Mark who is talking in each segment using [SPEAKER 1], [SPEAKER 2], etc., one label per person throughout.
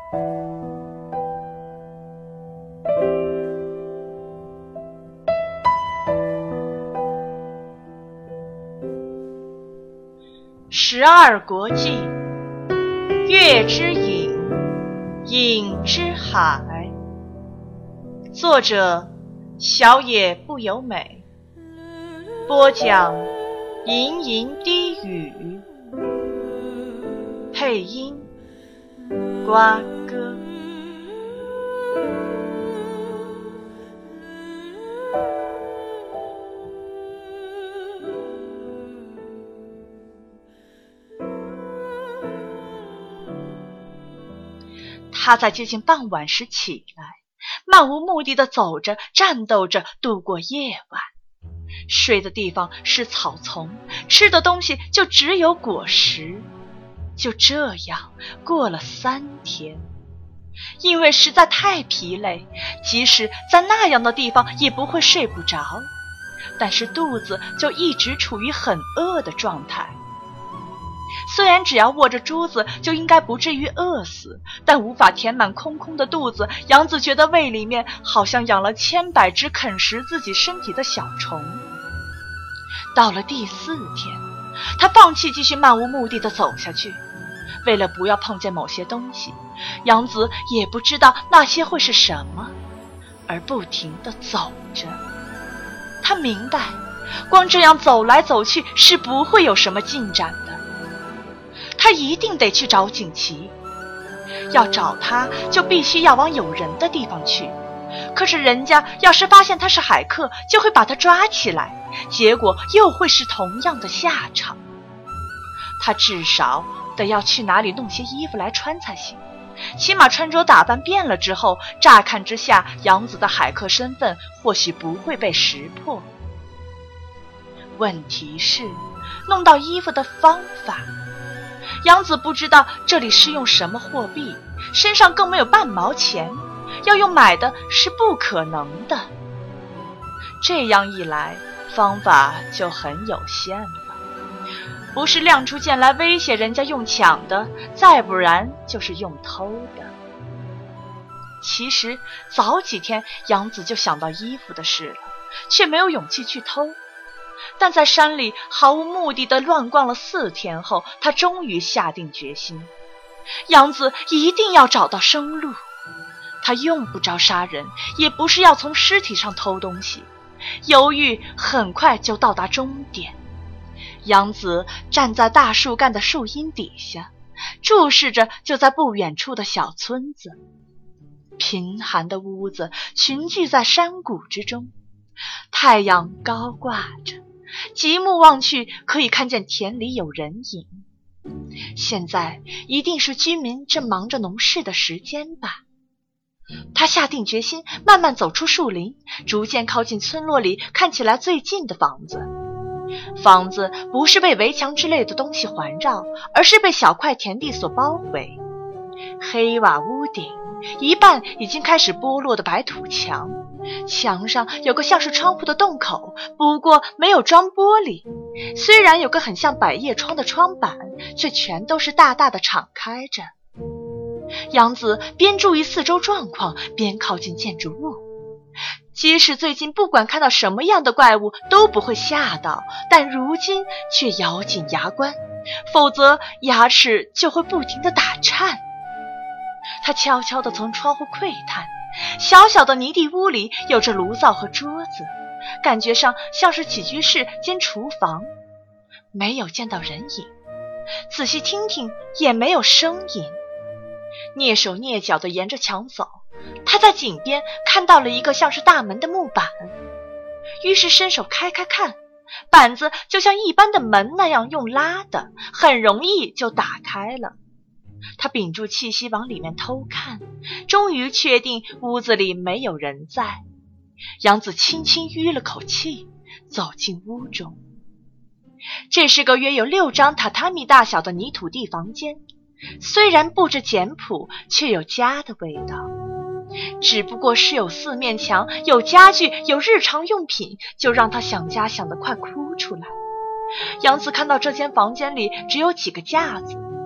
[SPEAKER 1] 12国记，月之影，影之海。作者：小野不由美，播讲：吟吟低语，配音：瓜哥。他在接近傍晚时起来，漫无目的地走着，战斗着度过夜晚。睡的地方是草丛，吃的东西就只有果实。就这样过了3天。因为实在太疲累，即使在那样的地方也不会睡不着，但是肚子就一直处于很饿的状态。虽然只要握着珠子就应该不至于饿死，但无法填满空空的肚子，杨子觉得胃里面好像养了千百只啃食自己身体的小虫。到了第4天，他放弃继续漫无目的地走下去。为了不要碰见某些东西，杨子也不知道那些会是什么，而不停地走着。他明白，光这样走来走去是不会有什么进展的。他一定得去找锦旗，要找他就必须要往有人的地方去。可是人家要是发现他是海客，就会把他抓起来，结果又会是同样的下场。他至少得要去哪里弄些衣服来穿才行，起码穿着打扮变了之后，乍看之下杨子的海客身份或许不会被识破。问题是弄到衣服的方法。杨子不知道这里是用什么货币，身上更没有半毛钱，要用买的是不可能的。这样一来，方法就很有限了。不是亮出剑来威胁人家用抢的，再不然就是用偷的。其实早几天杨子就想到衣服的事了，却没有勇气去偷。但在山里毫无目的地乱逛了4天后，他终于下定决心，杨子一定要找到生路。他用不着杀人，也不是要从尸体上偷东西。犹豫很快就到达终点。杨子站在大树干的树荫底下，注视着就在不远处的小村子。贫寒的屋子群聚在山谷之中，太阳高挂着，极目望去可以看见田里有人影。现在一定是居民正忙着农事的时间吧。他下定决心，慢慢走出树林，逐渐靠近村落里看起来最近的房子。房子不是被围墙之类的东西环绕，而是被小块田地所包围。黑瓦屋顶，一半已经开始剥落的白土墙，墙上有个像是窗户的洞口，不过没有装玻璃。虽然有个很像百叶窗的窗板，却全都是大大的敞开着。杨子边注意四周状况，边靠近建筑物。即使最近不管看到什么样的怪物都不会吓到，但如今却咬紧牙关，否则牙齿就会不停地打颤。他悄悄地从窗户窥探，小小的泥地屋里有着炉灶和桌子，感觉上像是起居室兼厨房。没有见到人影，仔细听听也没有声音。蹑手蹑脚地沿着墙走，他在井边看到了一个像是大门的木板，于是伸手开看，板子就像一般的门那样用拉的，很容易就打开了。他屏住气息往里面偷看，终于确定屋子里没有人在。杨子轻轻吁了口气，走进屋中。这是个约有6张榻榻米大小的泥土地房间，虽然布置简朴，却有家的味道。只不过是有4面墙，有家具，有日常用品，就让他想家想得快哭出来。杨子看到这间房间里只有几个架子，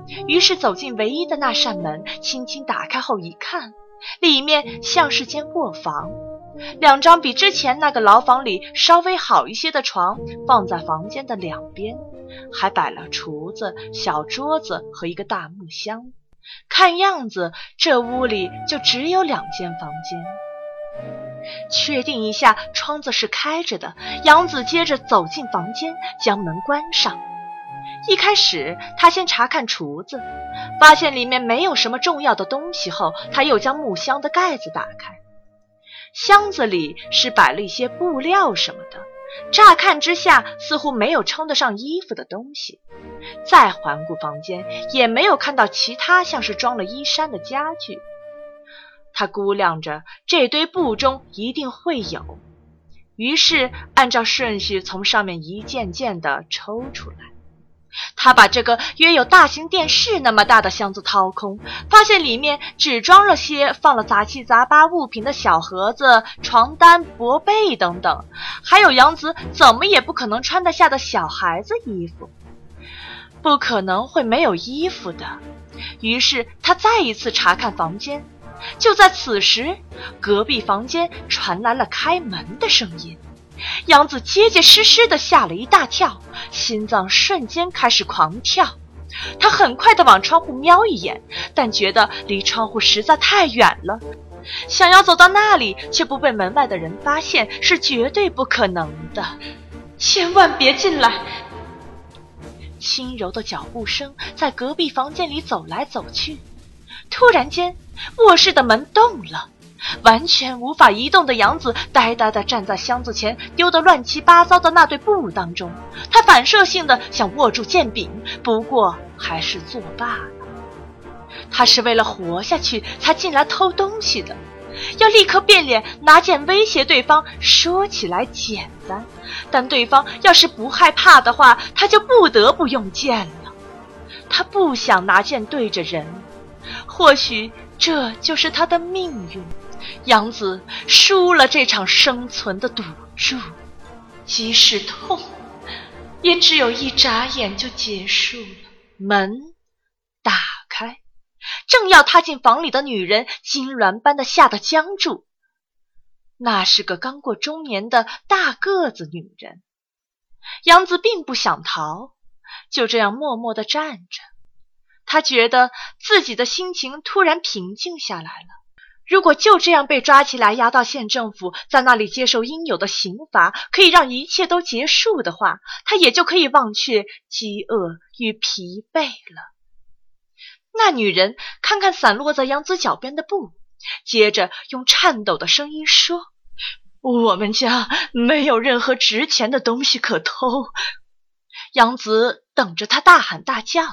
[SPEAKER 1] 于是走进唯一的那扇门，轻轻打开后一看，里面像是间卧房，2张比之前那个牢房里稍微好一些的床放在房间的两边，还摆了厨子、小桌子和一个大木箱。看样子这屋里就只有2间房间。确定一下窗子是开着的，杨子接着走进房间，将门关上。一开始他先查看厨子，发现里面没有什么重要的东西后，他又将木箱的盖子打开。箱子里是摆了一些布料什么的，乍看之下似乎没有称得上衣服的东西。再环顾房间，也没有看到其他像是装了衣衫的家具。他估量着这堆布中一定会有，于是按照顺序从上面一件件地抽出来。他把这个约有大型电视那么大的箱子掏空，发现里面只装了些放了杂七杂八物品的小盒子、床单、薄被等等，还有杨子怎么也不可能穿得下的小孩子衣服。不可能会没有衣服的，于是他再一次查看房间。就在此时，隔壁房间传来了开门的声音。杨子结结实实地吓了一大跳，心脏瞬间开始狂跳。他很快地往窗户瞄一眼，但觉得离窗户实在太远了，想要走到那里却不被门外的人发现是绝对不可能的。千万别进来！轻柔的脚步声在隔壁房间里走来走去。突然间，卧室的门动了，完全无法移动的杨子呆呆地站在箱子前丢得乱七八糟的那堆布当中。他反射性地想握住剑柄，不过还是作罢了。他是为了活下去才进来偷东西的，要立刻变脸拿剑威胁对方，说起来简单，但对方要是不害怕的话，他就不得不用剑了。他不想拿剑对着人，或许这就是他的命运。杨子输了这场生存的赌注，即使痛，也只有一眨眼就结束了。门打开，正要踏进房里的女人痉挛般的吓得僵住。那是个刚过中年的大个子女人。杨子并不想逃，就这样默默地站着。他觉得自己的心情突然平静下来了。如果就这样被抓起来押到县政府，在那里接受应有的刑罚，可以让一切都结束的话，他也就可以忘却饥饿与疲惫了。那女人看看散落在杨子脚边的布，接着用颤抖的声音说：“我们家没有任何值钱的东西可偷。”杨子等着他大喊大叫：“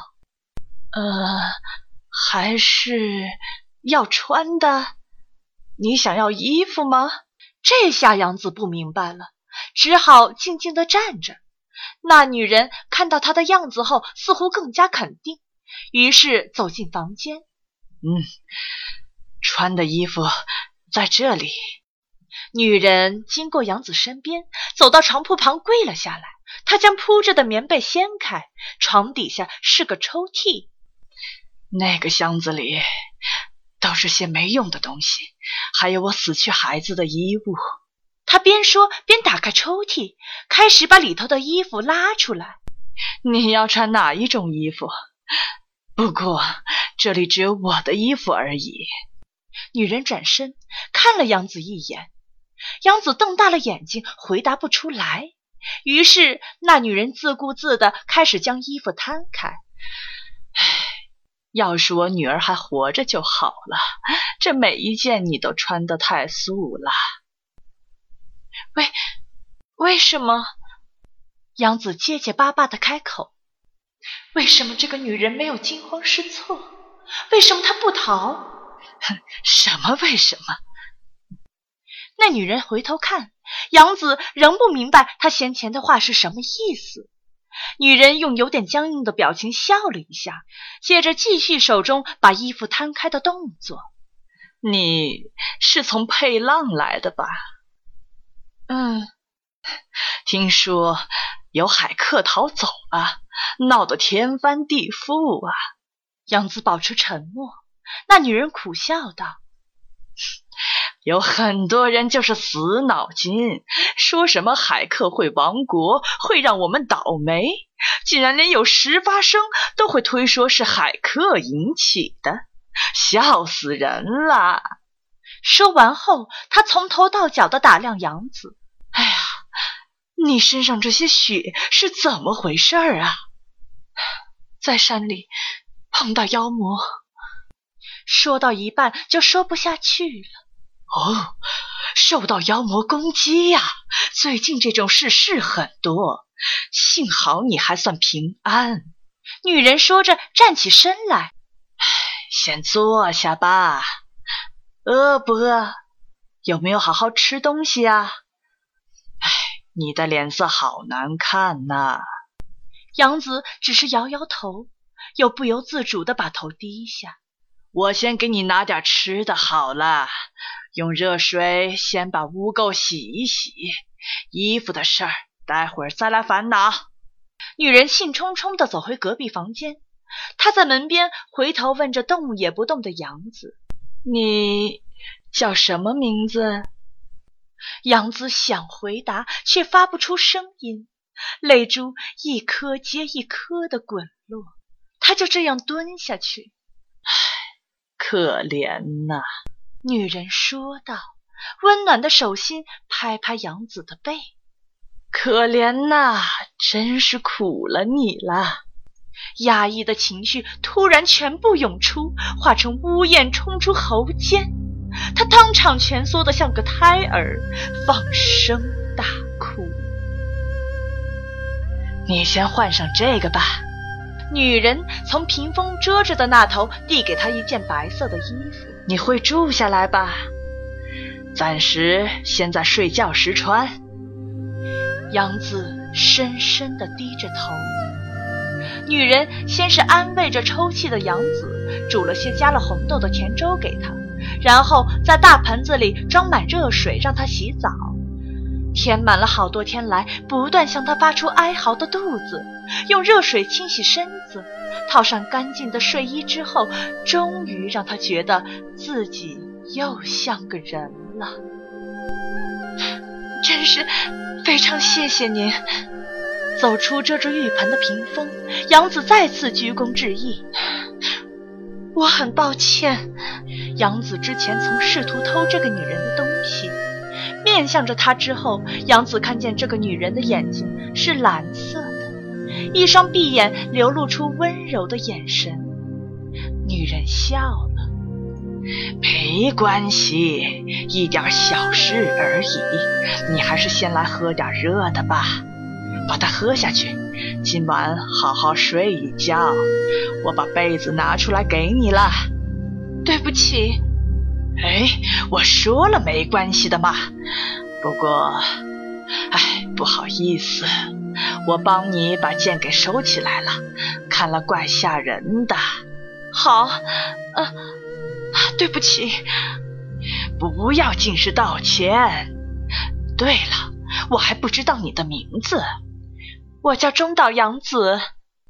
[SPEAKER 1] 还是要穿的？你想要衣服吗？”这下杨子不明白了，只好静静地站着。那女人看到他的样子后，似乎更加肯定，于是走进房间。穿的衣服在这里。女人经过杨子身边，走到床铺旁跪了下来。她将铺着的棉被掀开，床底下是个抽屉。那个箱子里都是些没用的东西，还有我死去孩子的衣物。他边说边打开抽屉，开始把里头的衣服拉出来。你要穿哪一种衣服？不过这里只有我的衣服而已。女人转身看了杨子一眼，杨子瞪大了眼睛，回答不出来。于是那女人自顾自地开始将衣服摊开。要是我女儿还活着就好了，这每一件你都穿得太素了。为什么？杨子结结巴巴地开口。为什么这个女人没有惊慌失措？为什么她不逃？什么为什么？那女人回头看，杨子仍不明白她先前的话是什么意思。女人用有点僵硬的表情笑了一下，接着继续手中把衣服摊开的动作。你是从佩浪来的吧？听说有海客逃走了，闹得天翻地覆啊。 杨子保持沉默。那女人苦笑道：有很多人就是死脑筋，说什么海客会亡国，会让我们倒霉，竟然连有10发生都会推说是海客引起的，笑死人了。说完后，他从头到脚地打量杨子。哎呀，你身上这些血是怎么回事啊？在山里碰到妖魔。说到一半就说不下去了。哦，受到妖魔攻击呀，最近这种事是很多，幸好你还算平安。女人说着站起身来。先坐下吧。饿不饿？有没有好好吃东西啊？你的脸色好难看呐。杨子只是摇摇头，又不由自主地把头低下。我先给你拿点吃的好了，用热水先把污垢洗一洗，衣服的事儿待会儿再来烦恼。女人兴冲冲地走回隔壁房间，她在门边回头问着动也不动的杨子：你叫什么名字？杨子想回答，却发不出声音，泪珠一颗接一颗地滚落。他就这样蹲下去。可怜呐，女人说道，温暖的手心拍拍杨子的背。可怜呐，真是苦了你了。压抑的情绪突然全部涌出，化成呜咽冲出喉间。他当场蜷缩得像个胎儿，放声大哭。你先换上这个吧。女人从屏风遮着的那头递给他一件白色的衣服。你会住下来吧？暂时先在睡觉时穿。杨子深深地低着头。女人先是安慰着抽泣的杨子，煮了些加了红豆的甜粥给他，然后在大盆子里装满热水让他洗澡。填满了好多天来不断向他发出哀嚎的肚子，用热水清洗身子，套上干净的睡衣之后，终于让他觉得自己又像个人了。真是非常谢谢您。走出遮住浴盆的屏风，杨子再次鞠躬致意。我很抱歉。杨子之前曾试图偷这个女人的东西，面向着她之后，杨子看见这个女人的眼睛是蓝色的，一双闭眼流露出温柔的眼神。女人笑了。没关系，一点小事而已，你还是先来喝点热的吧，把它喝下去，今晚好好睡一觉。我把被子拿出来给你了。对不起。我说了没关系的嘛。不过不好意思，我帮你把剑给收起来了，看了怪吓人的。好，对不起。不要尽是道歉。对了，我还不知道你的名字。我叫中岛洋子。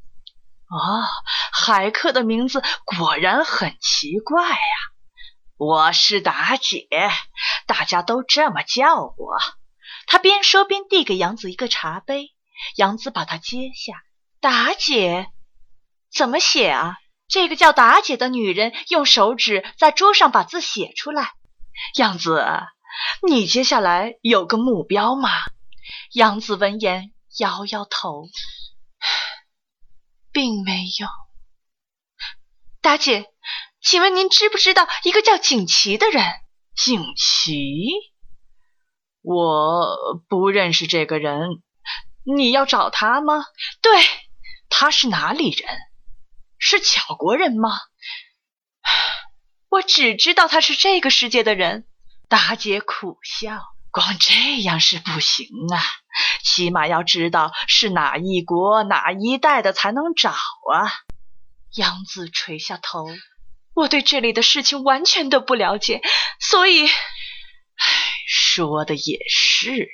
[SPEAKER 1] 海客的名字果然很奇怪呀。我是达姐，大家都这么叫我。他边说边递给杨子一个茶杯，杨子把它接下。达姐？怎么写啊？这个叫达姐的女人用手指在桌上把字写出来。杨子，你接下来有个目标吗？杨子闻言摇摇头。并没有。达姐，请问您知不知道一个叫景琦的人？景琦？我不认识这个人。你要找他吗？对。他是哪里人？是巧国人吗？我只知道他是这个世界的人。达姐苦笑。光这样是不行啊，起码要知道是哪一国哪一代的才能找啊。杨子垂下头。我对这里的事情完全都不了解，所以……说的也是。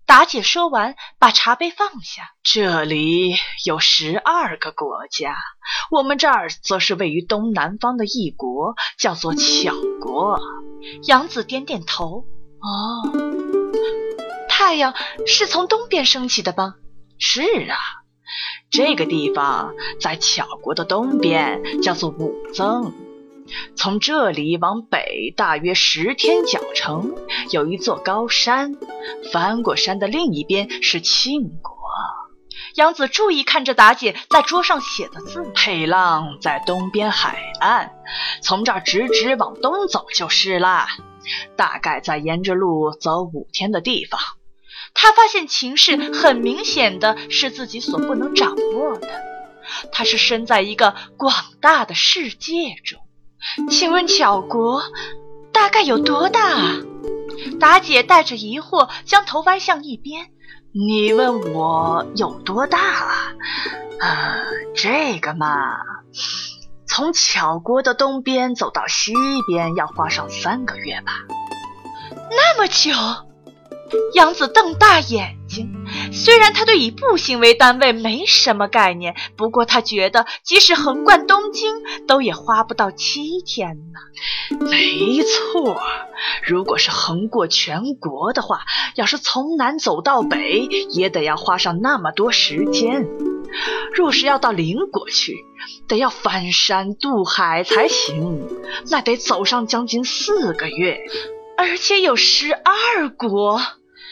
[SPEAKER 1] 达姐说完，把茶杯放下。这里有12个国家，我们这儿则是位于东南方的一国，叫做巧国。杨子点点头。哦，太阳是从东边升起的吗？是啊，这个地方在巧国的东边，叫做武曾。从这里往北大约10天脚程，有一座高山，翻过山的另一边是庆国。杨子注意看着达姐在桌上写的字。佩浪在东边海岸，从这儿直往东走就是啦，大概再沿着路走5天的地方。他发现情势很明显的是自己所不能掌握的，他是身在一个广大的世界中。请问巧国大概有多大啊？达姐带着疑惑将头歪向一边。你问我有多大啊？这个嘛，从巧国的东边走到西边要花上3个月吧。那么久？杨子瞪大眼睛，虽然他对以步行为单位没什么概念，不过他觉得即使横贯东京都也花不到7天呢。没错，如果是横过全国的话，要是从南走到北也得要花上那么多时间。若是要到邻国去，得要翻山渡海才行，那得走上将近4个月，而且有12国。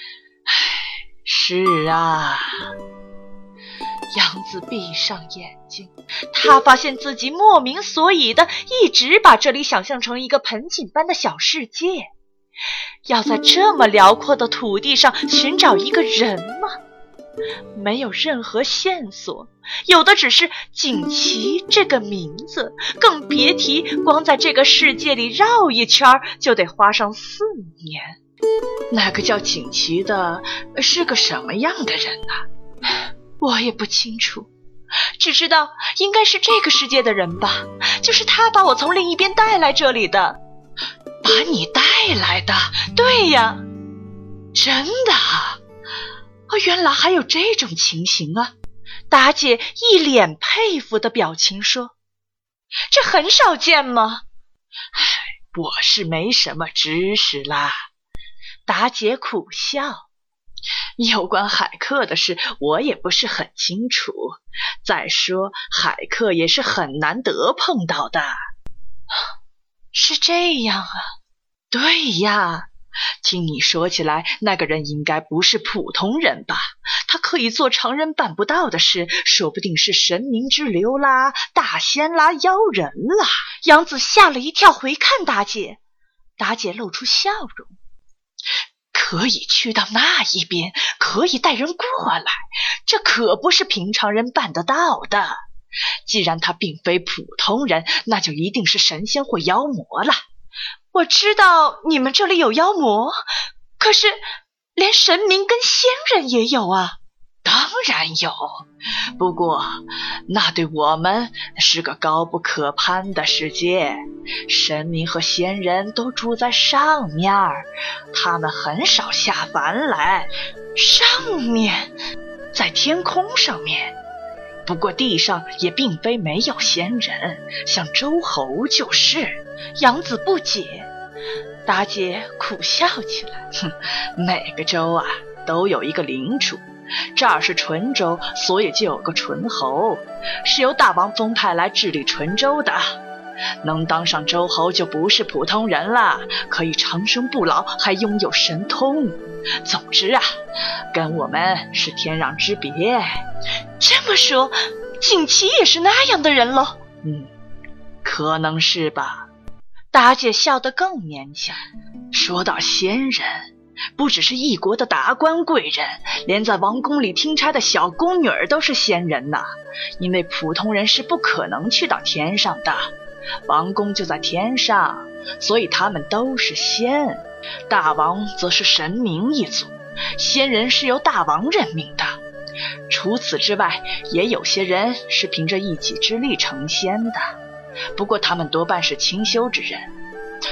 [SPEAKER 1] 是啊，杨子闭上眼睛，他发现自己莫名所以的一直把这里想象成一个盆景般的小世界。要在这么辽阔的土地上寻找一个人吗？没有任何线索，有的只是锦旗这个名字，更别提光在这个世界里绕一圈就得花上4年。那个叫锦旗的是个什么样的人呢？我也不清楚，只知道应该是这个世界的人吧，就是他把我从另一边带来这里的。把你带来的？对呀。真的啊？原来还有这种情形啊。达姐一脸佩服的表情说，这很少见吗？我是没什么知识啦。达姐苦笑，有关海客的事我也不是很清楚，再说海客也是很难得碰到的。是这样啊。对呀，听你说起来，那个人应该不是普通人吧？他可以做常人办不到的事，说不定是神明之流啦、大仙啦、妖人啦。杨子吓了一跳，回看达姐，达姐露出笑容。可以去到那一边，可以带人过来，这可不是平常人办得到的。既然他并非普通人，那就一定是神仙或妖魔了。我知道你们这里有妖魔，可是连神明跟仙人也有啊。当然有，不过那对我们是个高不可攀的世界，神明和仙人都住在上面，他们很少下凡来。上面？在天空上面。不过地上也并非没有仙人，像周侯就是。杨子不解，达姐苦笑起来，每个州啊都有一个领主，这儿是淳州，所以就有个淳侯，是由大王封派来治理淳州的。能当上州侯就不是普通人了，可以长生不老，还拥有神通。总之啊，跟我们是天壤之别。这么说，锦旗也是那样的人喽？可能是吧。达姐笑得更勉强。说到仙人，不只是一国的达官贵人，连在王宫里听差的小宫女儿都是仙人呐。因为普通人是不可能去到天上的，王宫就在天上，所以他们都是仙。大王则是神明一族，仙人是由大王任命的。除此之外，也有些人是凭着一己之力成仙的，不过他们多半是清修之人。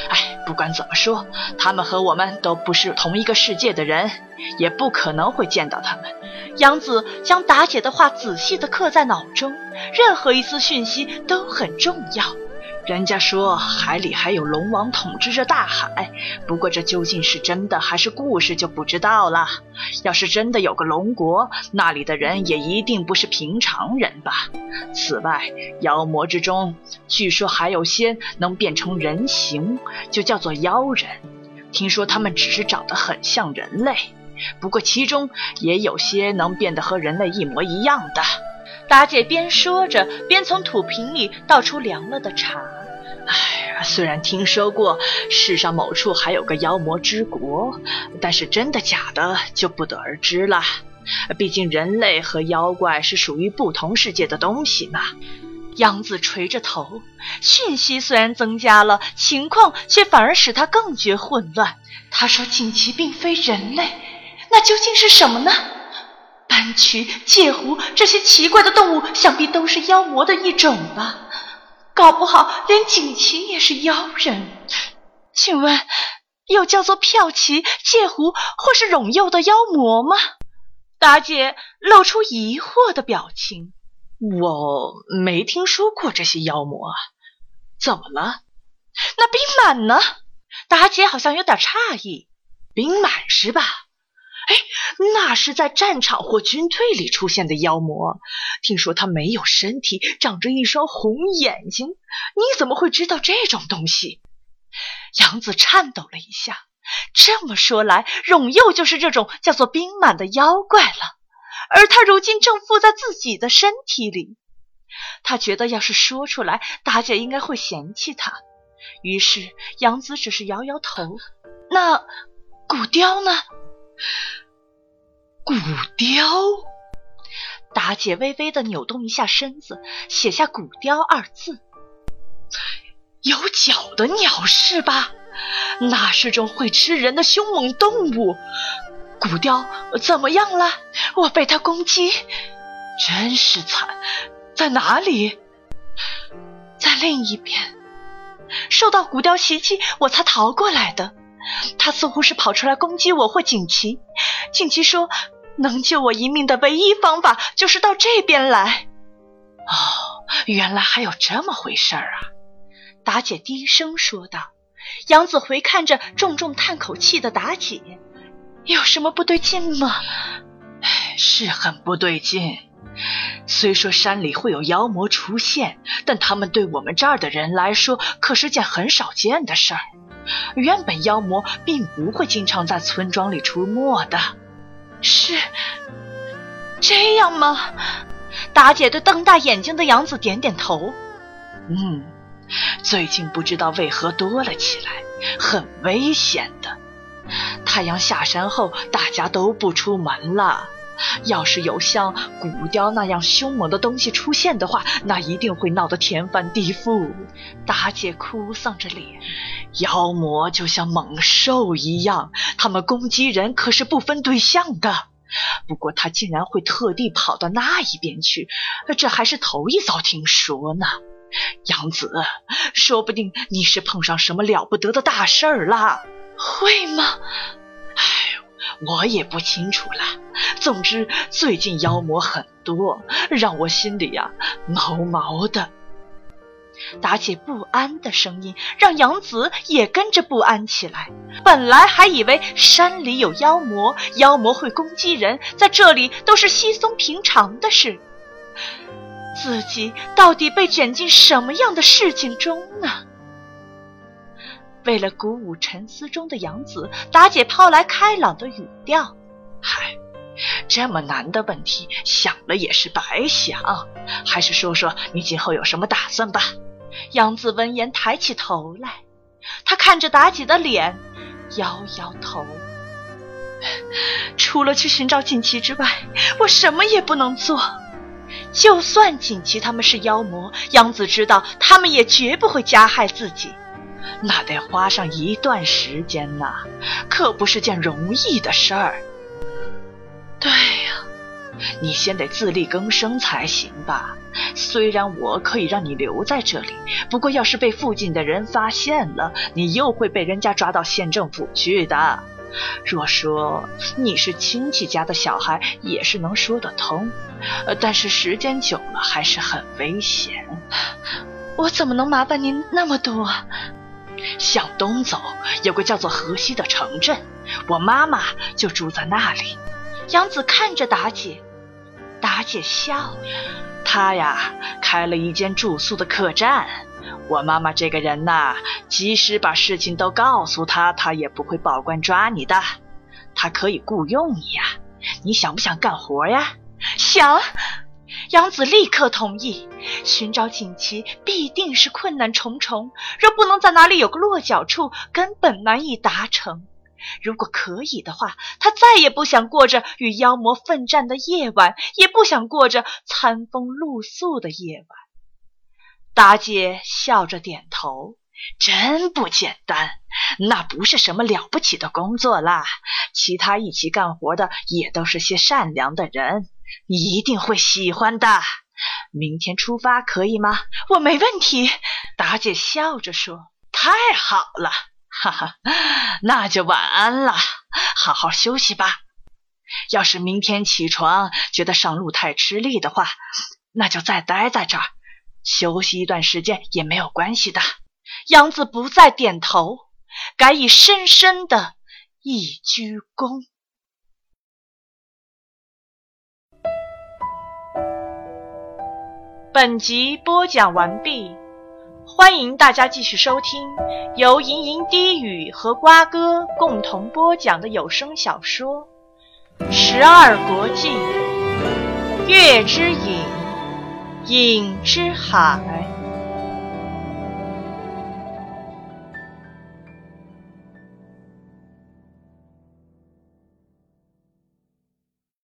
[SPEAKER 1] 不管怎么说，他们和我们都不是同一个世界的人，也不可能会见到他们。杨子将达姐的话仔细地刻在脑中，任何一丝讯息都很重要。人家说海里还有龙王统治着大海，不过这究竟是真的还是故事就不知道了。要是真的有个龙国，那里的人也一定不是平常人吧。此外，妖魔之中据说还有些能变成人形，就叫做妖人。听说他们只是长得很像人类，不过其中也有些能变得和人类一模一样的。达姐边说着边从土瓶里倒出凉了的茶。虽然听说过世上某处还有个妖魔之国，但是真的假的就不得而知了。毕竟人类和妖怪是属于不同世界的东西嘛。杨子垂着头，讯息虽然增加了，情况却反而使他更觉混乱。他说锦旗并非人类，那究竟是什么呢？斑蛆、介狐这些奇怪的动物想必都是妖魔的一种吧，搞不好连锦旗也是妖人。请问又叫做骠骑、介狐或是陇右的妖魔吗？达姐露出疑惑的表情。我没听说过这些妖魔啊，怎么了？那冰满呢？达姐好像有点诧异。冰满是吧？那是在战场或军队里出现的妖魔，听说他没有身体，长着一双红眼睛。你怎么会知道这种东西？杨子颤抖了一下。这么说来，陇右就是这种叫做冰满的妖怪了，而他如今正附在自己的身体里。他觉得要是说出来，达姐应该会嫌弃他，于是杨子只是摇摇头。那骨雕呢？骨雕？达姐微微地扭动一下身子，写下骨雕二字。有脚的鸟是吧？那是种会吃人的凶猛动物。骨雕怎么样了？我被它攻击，真是惨。在哪里？在另一边。受到骨雕袭击，我才逃过来的。他似乎是跑出来攻击我或锦旗。锦旗说能救我一命的唯一方法就是到这边来。原来还有这么回事啊。达姐低声说道。杨子回看着重重叹口气的达姐，有什么不对劲吗？是很不对劲。虽说山里会有妖魔出现，但他们对我们这儿的人来说可是件很少见的事儿。原本妖魔并不会经常在村庄里出没的。是这样吗？达姐对瞪大眼睛的杨子点点头。最近不知道为何多了起来，很危险的。太阳下山后，大家都不出门了。要是有像骨雕那样凶猛的东西出现的话，那一定会闹得天翻地覆。达姐哭丧着脸。妖魔就像猛兽一样，他们攻击人可是不分对象的。不过他竟然会特地跑到那一边去，这还是头一遭听说呢。杨子，说不定你是碰上什么了不得的大事儿了。会吗？我也不清楚了。总之最近妖魔很多，让我心里毛毛的。达姐不安的声音让杨子也跟着不安起来。本来还以为山里有妖魔，妖魔会攻击人，在这里都是稀松平常的事。自己到底被卷进什么样的事情中呢？为了鼓舞沉思中的杨子，达姐抛来开朗的语调。这么难的问题想了也是白想，还是说说你今后有什么打算吧。杨子闻言抬起头来，他看着达姐的脸，摇摇头。除了去寻找锦旗之外，我什么也不能做。就算锦旗他们是妖魔，杨子知道他们也绝不会加害自己。那得花上一段时间呢，可不是件容易的事儿。对呀， 你先得自力更生才行吧。虽然我可以让你留在这里，不过要是被附近的人发现了，你又会被人家抓到县政府去的。若说你是亲戚家的小孩，也是能说得通，但是时间久了还是很危险。
[SPEAKER 2] 我怎么能麻烦您那么多？
[SPEAKER 1] 向东走，有个叫做河西的城镇，我妈妈就住在那里。
[SPEAKER 2] 杨子看着达姐，达姐笑了。
[SPEAKER 1] 她呀，开了一间住宿的客栈。我妈妈这个人呐，即使把事情都告诉她，她也不会报官抓你的。她可以雇佣你呀，你想不想干活呀？
[SPEAKER 2] 想。杨子立刻同意。寻找锦旗必定是困难重重，若不能在哪里有个落脚处，根本难以达成。如果可以的话，他再也不想过着与妖魔奋战的夜晚，也不想过着餐风露宿的夜晚。
[SPEAKER 1] 达姐笑着点头，真不简单，那不是什么了不起的工作啦，其他一起干活的也都是些善良的人，你一定会喜欢的。明天出发可以吗？
[SPEAKER 2] 我没问题。
[SPEAKER 1] 达姐笑着说。太好了，哈哈，那就晚安了，好好休息吧。要是明天起床觉得上路太吃力的话，那就再待在这儿，休息一段时间也没有关系的。
[SPEAKER 2] 杨子不再点头，改以深深的一鞠躬。本集播讲完毕，欢迎大家继续收听由吟吟低语和瓜哥共同播讲的有声小说《12国记》，月之影，影之海。